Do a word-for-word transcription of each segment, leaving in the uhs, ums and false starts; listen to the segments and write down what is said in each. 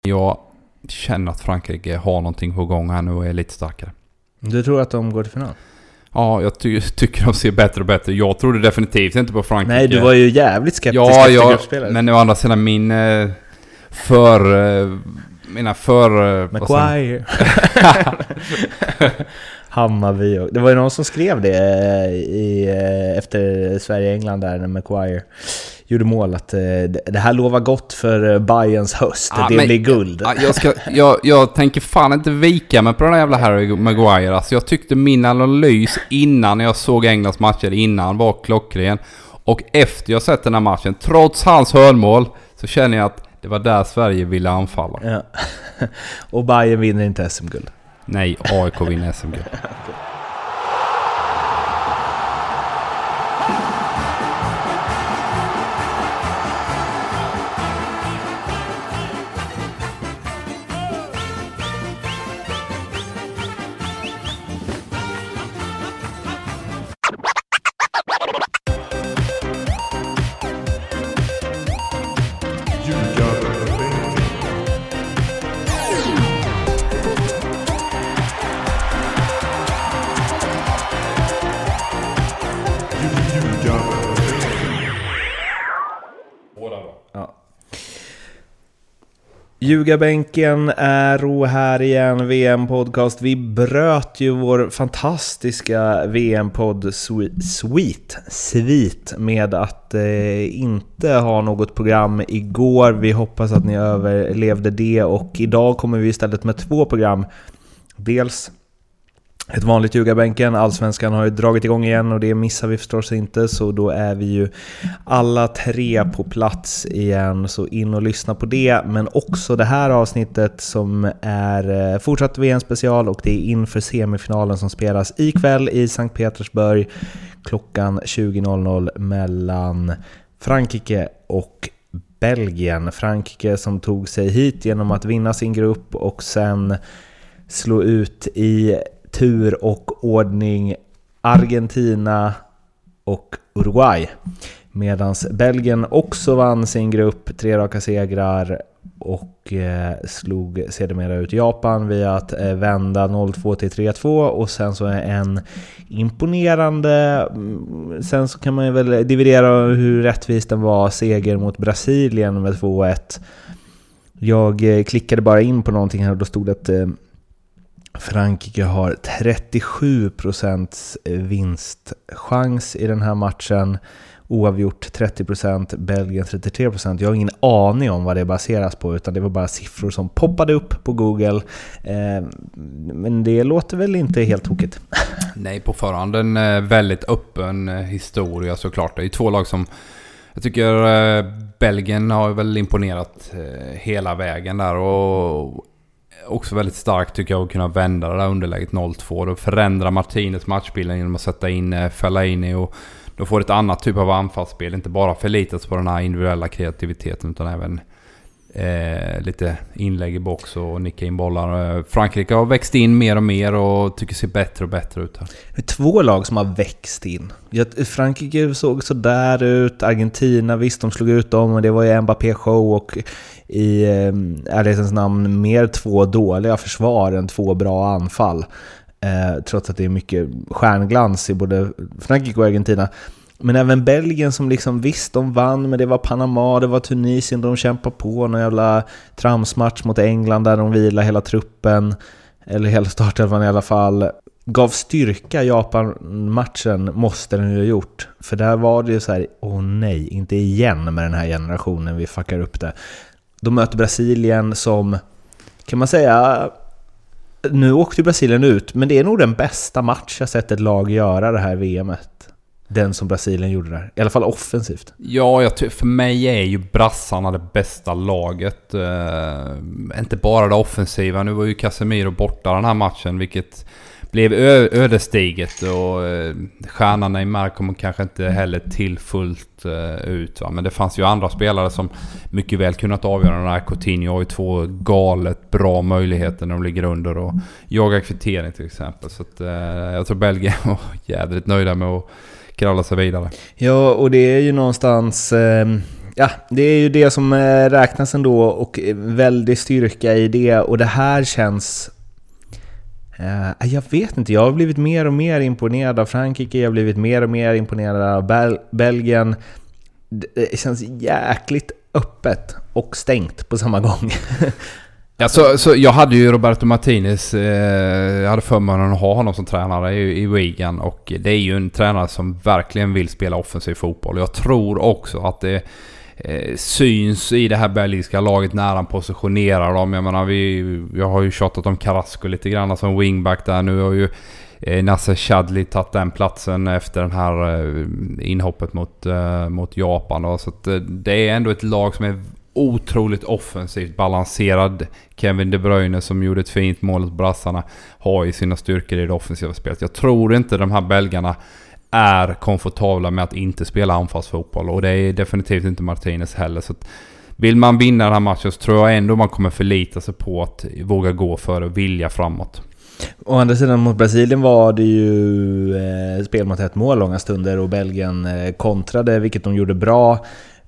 Jag känner att Frankrike har någonting på gång här nu och är lite starkare. Du tror att de går till final? Ja, jag ty- tycker de ser bättre och bättre. Jag trodde definitivt inte på Frankrike. Nej, du var ju jävligt skeptisk ja, efter jag, gruppspelet. Men å andra sidan min eh, för... Eh, mina för... Eh, Maguire. Hammarby. Det var ju någon som skrev det i, efter Sverige-England där när Maguire gjorde mål att det här lovar gott för Bayerns höst. Ja, det men, blir guld. Ja, jag, ska, jag, jag tänker fan inte vika mig på den här jävla Harry Maguire. Alltså, jag tyckte min analys innan jag såg Englands matcher innan var klockren. Och efter jag sett den här matchen, trots hans hörnmål, så känner jag att det var där Sverige ville anfalla. Ja. Och Bayern vinner inte S M-guld. Nej, A I K vinner S M-guld. Ljugarbänken är här igen, V M-podcast. Vi bröt ju vår fantastiska V M-podd suite, svit med att eh, inte ha något program igår. Vi hoppas att ni överlevde det och idag kommer vi istället med två program. Dels ett vanligt Ljugarbänken, Allsvenskan har ju dragit igång igen och det missar vi förstås inte, så då är vi ju alla tre på plats igen, så in och lyssna på det. Men också det här avsnittet som är fortsatt V M-special och det är inför semifinalen som spelas ikväll i Sankt Petersburg klockan tjugo mellan Frankrike och Belgien. Frankrike som tog sig hit genom att vinna sin grupp och sen slå ut i tur och ordning Argentina och Uruguay, medan Belgien också vann sin grupp, tre raka segrar och eh, slog sedermera ut Japan via att eh, vända noll två till tre två och sen så en imponerande, sen så kan man ju väl dividera hur rättvist den var, seger mot Brasilien med två ett. Jag eh, klickade bara in på någonting här och då stod det att eh, Frankrike har trettiosju procent vinstchans i den här matchen, oavgjort trettio procent, Belgien trettiotre procent. Jag har ingen aning om vad det baseras på, utan det var bara siffror som poppade upp på Google. Eh, men det låter väl inte helt tokigt. Nej, på förhand en väldigt öppen historia såklart. Det är två lag som jag tycker eh, Belgien har väl imponerat eh, hela vägen där och också väldigt starkt tycker jag att kunna vända det där underläget noll två och förändra Martinez matchbilden genom att sätta in eh, Fellaini och då får ett annat typ av anfallsspel, inte bara förlitas på den här individuella kreativiteten utan även eh, lite inlägg i box och nicka in bollar. Frankrike har växt in mer och mer och tycker ser bättre och bättre ut här. Det är två lag som har växt in. Frankrike såg så där ut, Argentina visst de slog ut dem och det var ju Mbappé-show och i eh, ärlighetens namn mer två dåliga försvar än två bra anfall. Eh, trots att det är mycket stjärnglans i både Frankrike och Argentina. Men även Belgien som liksom visst de vann, men det var Panama, det var Tunisien, de kämpade på någon jävla tramsmatch mot England där de vilade hela truppen, eller hela startelvan i alla fall. Gav styrka Japan-matchen, måste den ju ha gjort. För där var det ju så här, åh nej, inte igen med den här generationen, vi fuckar upp det. De möter Brasilien som, kan man säga, nu åkte Brasilien ut, men det är nog den bästa match jag sett ett lag göra det här V M-et. Den som Brasilien gjorde där. I alla fall offensivt. Ja, jag ty- för mig är ju brassarna det bästa laget. Uh, inte bara det offensiva. Nu var ju Casemiro borta den här matchen, vilket blev ö- ödesdiget. Och uh, stjärnan Neymar kommer kanske inte heller till fullt uh, ut. Va? Men det fanns ju andra spelare som mycket väl kunnat avgöra den här. Coutinho har ju två galet bra möjligheter när de ligger under och jagar kvittering till exempel. Så att, uh, jag tror Belgien var jävligt nöjda med att kravla sig vidare. Ja, och det är ju någonstans eh, ja, det är ju det som räknas ändå och väldigt styrka i det. Och det här känns... Uh, jag vet inte, jag har blivit mer och mer imponerad av Frankrike. Jag har blivit mer och mer imponerad av Bel- Belgien. Det känns jäkligt öppet och stängt på samma gång. Ja, så, så jag hade ju Roberto Martinez, eh, jag hade förmånen att ha honom som tränare i, i Wigan, och det är ju en tränare som verkligen vill spela offensiv fotboll. Jag tror också att det eh, syns i det här belgiska laget när han positionerar dem. Jag menar, vi, jag har ju tjatat om Carrasco lite grann som wingback där. Nu har ju eh, Nasser Chadli tagit den platsen efter den här eh, inhoppet mot, eh, mot Japan. Då. Så att, eh, det är ändå ett lag som är otroligt offensivt balanserad. Kevin De Bruyne, som gjorde ett fint mål åt brassarna, har ju sina styrkor i det offensiva spelet. Jag tror inte de här belgarna är komfortabla med att inte spela anfallsfotboll, och det är definitivt inte Martinez heller. Så att vill man vinna den här matchen så tror jag ändå man kommer förlita sig på att våga gå för och vilja framåt. Å andra sidan mot Brasilien var det ju eh, spel mot ett mål långa stunder, och Belgien eh, kontrade, vilket de gjorde bra.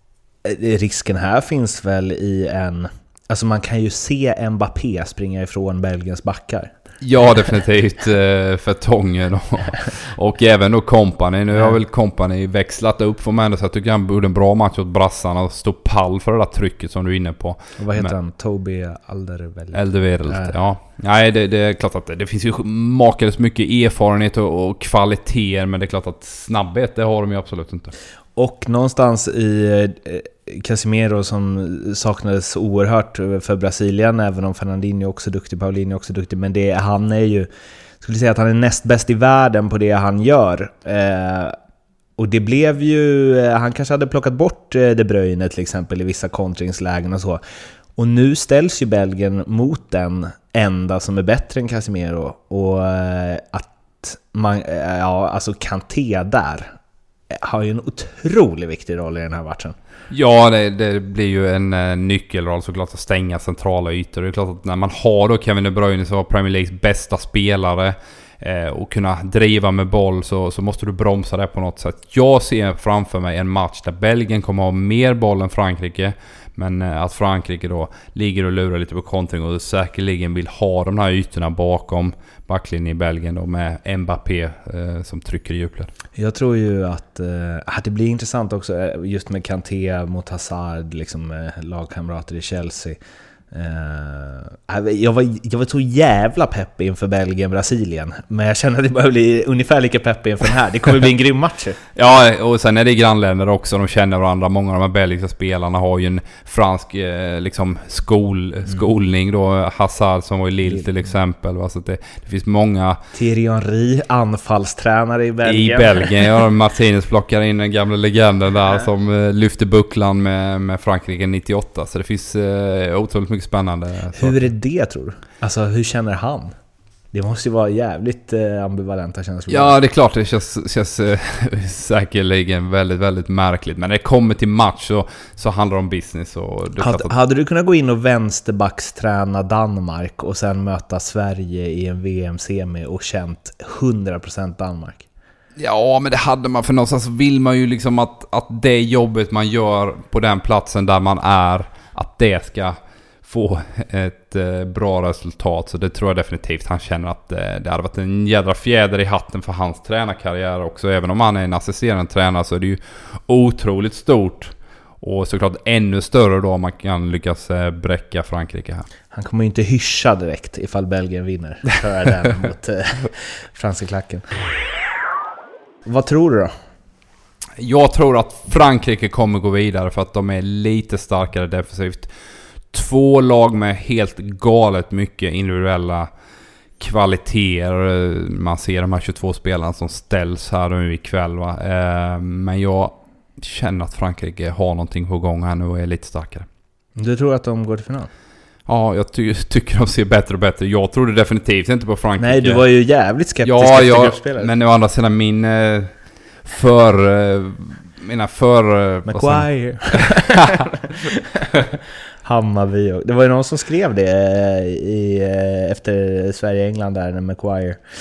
Risken här finns väl i en... Alltså man kan ju se Mbappé springa ifrån Belgiens backar. Ja, definitivt. För Tången och, och även då Kompany. Nu har väl Kompany växlat upp för mig, så jag tycker han gjorde en bra match åt brassarna och stod pall för det där trycket som du är inne på. Och vad heter Men, han? Toby Alderweireld. Alderweireld, äh. ja. Nej, det, det är klart att det, det finns ju makalöst mycket erfarenhet och, och kvaliteter, men det är klart att snabbhet, det har de ju absolut inte. Och någonstans i Casemiro, som saknades oerhört för Brasilien, även om Fernandinho också är duktig, Paulinho också är duktig, men det, han är ju, skulle säga att han är näst bäst i världen på det han gör. Eh, och det blev ju, han kanske hade plockat bort De Bruyne till exempel i vissa kontringslägen och så. Och nu ställs ju Belgien mot den enda som är bättre än Casemiro, och eh, att man, eh, ja, alltså Kanté där har ju en otroligt viktig roll i den här matchen. Ja, det, det blir ju en uh, nyckelroll såklart att stänga centrala ytor. Det är klart att när man har då Kevin De Bruyne, som var Premier Leagues bästa spelare, eh, och kunna driva med boll, så, så måste du bromsa det på något sätt. Jag ser framför mig en match där Belgien kommer ha mer boll än Frankrike, men eh, att Frankrike då ligger och lurar lite på kontring och säkerligen vill ha de här ytorna bakom backlinjen i Belgien då, med Mbappé eh, som trycker i djupled. Jag tror ju att eh, det blir intressant också just med Kanté mot Hazard, liksom eh, lagkamrater i Chelsea. Uh, jag, var, jag var så jävla pepp inför Belgien-Brasilien, men jag känner att det börjar bli ungefär lika pepp inför den här. Det kommer bli en grym match. Ja, och sen är det grannländer också, de känner varandra. Många av de här belgiska spelarna har ju en fransk eh, liksom skol, mm. skolning då. Hazard som var i Lille till exempel. Alltså det, det finns många... Thierry Henry, anfallstränare i Belgien. I Belgien, ja. Martinez plockar in den gamla legenden där, som eh, lyfte bucklan med, med Frankrike nittioåtta. Så det finns eh, otroligt mycket spännande. Hur är det, tror du? Alltså, hur känner han? Det måste ju vara jävligt eh, ambivalenta känslor. Ja, det är klart, det känns, känns äh, säkerligen väldigt, väldigt märkligt. Men när det kommer till match så, så handlar det om business. Och det Had, att... Hade du kunnat gå in och vänsterbacksträna Danmark och sen möta Sverige i en V M-semi och känt hundra procent Danmark? Ja, men det hade man. För någonstans vill man ju liksom att, att det jobbet man gör på den platsen där man är, att det ska få ett eh, bra resultat. Så det tror jag definitivt. Han känner att eh, det hade varit en jädra fjäder i hatten för hans tränarkarriär också. Även om han är en assisterande tränare så är det ju otroligt stort. Och såklart ännu större då om man kan lyckas eh, bräcka Frankrike här. Han kommer ju inte hyscha direkt ifall Belgien vinner för den mot eh, franska klacken. Vad tror du då? Jag tror att Frankrike kommer gå vidare för att de är lite starkare defensivt. Två lag med helt galet mycket individuella kvaliteter. Man ser de här tjugotvå spelarna som ställs här nu ikväll, va? Eh, men jag känner att Frankrike har någonting på gång här nu och är lite starkare. Du tror att de går till final? Ja, jag ty- tycker de ser bättre och bättre. Jag trodde definitivt inte på Frankrike. Nej, du var ju jävligt skeptisk ja, efter jag, gruppspelet. Men å andra sidan min eh, för... Eh, mina för... Eh, Maguire. Hammarby. Det var ju någon som skrev det i, efter Sverige-England där när Maguire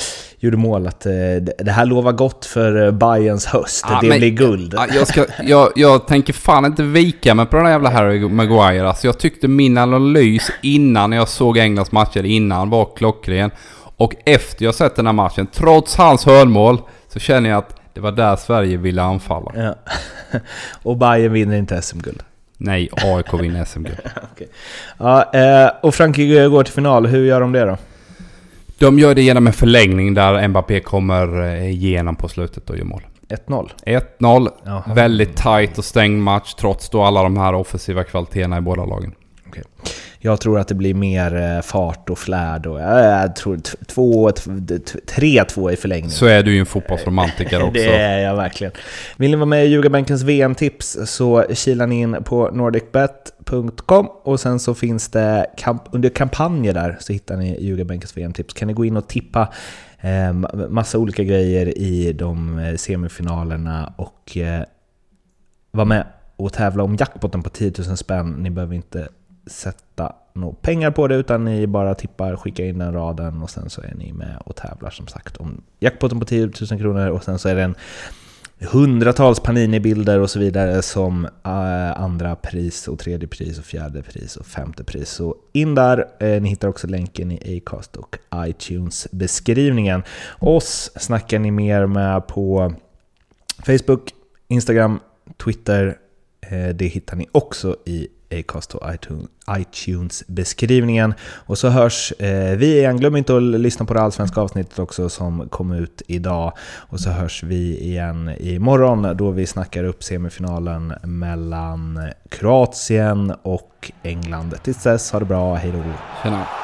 gjorde mål, att eh, det här lovar gott för Bayerns höst. Ja, det men, blir guld. Ja, jag, ska, jag, jag tänker fan inte vika mig på den här jävla Harry Maguire. Alltså, jag tyckte min analys innan jag såg Englands matcher innan var klockren. Och efter jag sett den här matchen, trots hans hörnmål, så känner jag att det var där Sverige ville anfalla. Ja. Och Bayern vinner inte S M-guld. Nej, A I K vinner S M-guld. Okay. Ja, eh, och Frankrike går till final. Hur gör de det då? De gör det genom en förlängning där Mbappé kommer igenom på slutet och gör mål. ett noll. ett noll. Jaha. Väldigt tight och stängd match trots då alla de här offensiva kvaliteterna i båda lagen. Okay. Jag tror att det blir mer fart och flärd. Och, jag tror tre två i förlängning. Så är du ju en fotbollsromantiker också. Det är jag verkligen. Vill ni vara med i Ljugarbänkens V M-tips så kilar ni in på nordic bet punkt com och sen så finns det kamp- under kampanjer där så hittar ni Ljugarbänkens V M-tips. Kan ni gå in och tippa eh, massa olika grejer i de semifinalerna och eh, vara med och tävla om jackpotten på tio tusen spänn. Ni behöver inte sätta några pengar på det utan ni bara tippar, skickar in den raden och sen så är ni med och tävlar som sagt om jackpotten på tio tusen kronor och sen så är det en hundratals Panini-bilder och så vidare som uh, andra pris och tredje pris och fjärde pris och femte pris. Så in där, eh, ni hittar också länken i Acast och iTunes-beskrivningen. Oss snackar ni mer med på Facebook, Instagram, Twitter. Eh, det hittar ni också i Acast och iTunes-beskrivningen. Och så hörs eh, vi igen. Glöm inte att lyssna på det allsvenska avsnittet också som kom ut idag. Och så hörs vi igen imorgon då vi snackar upp semifinalen mellan Kroatien och England. Tills dess, ha det bra. Hej då. Tjena.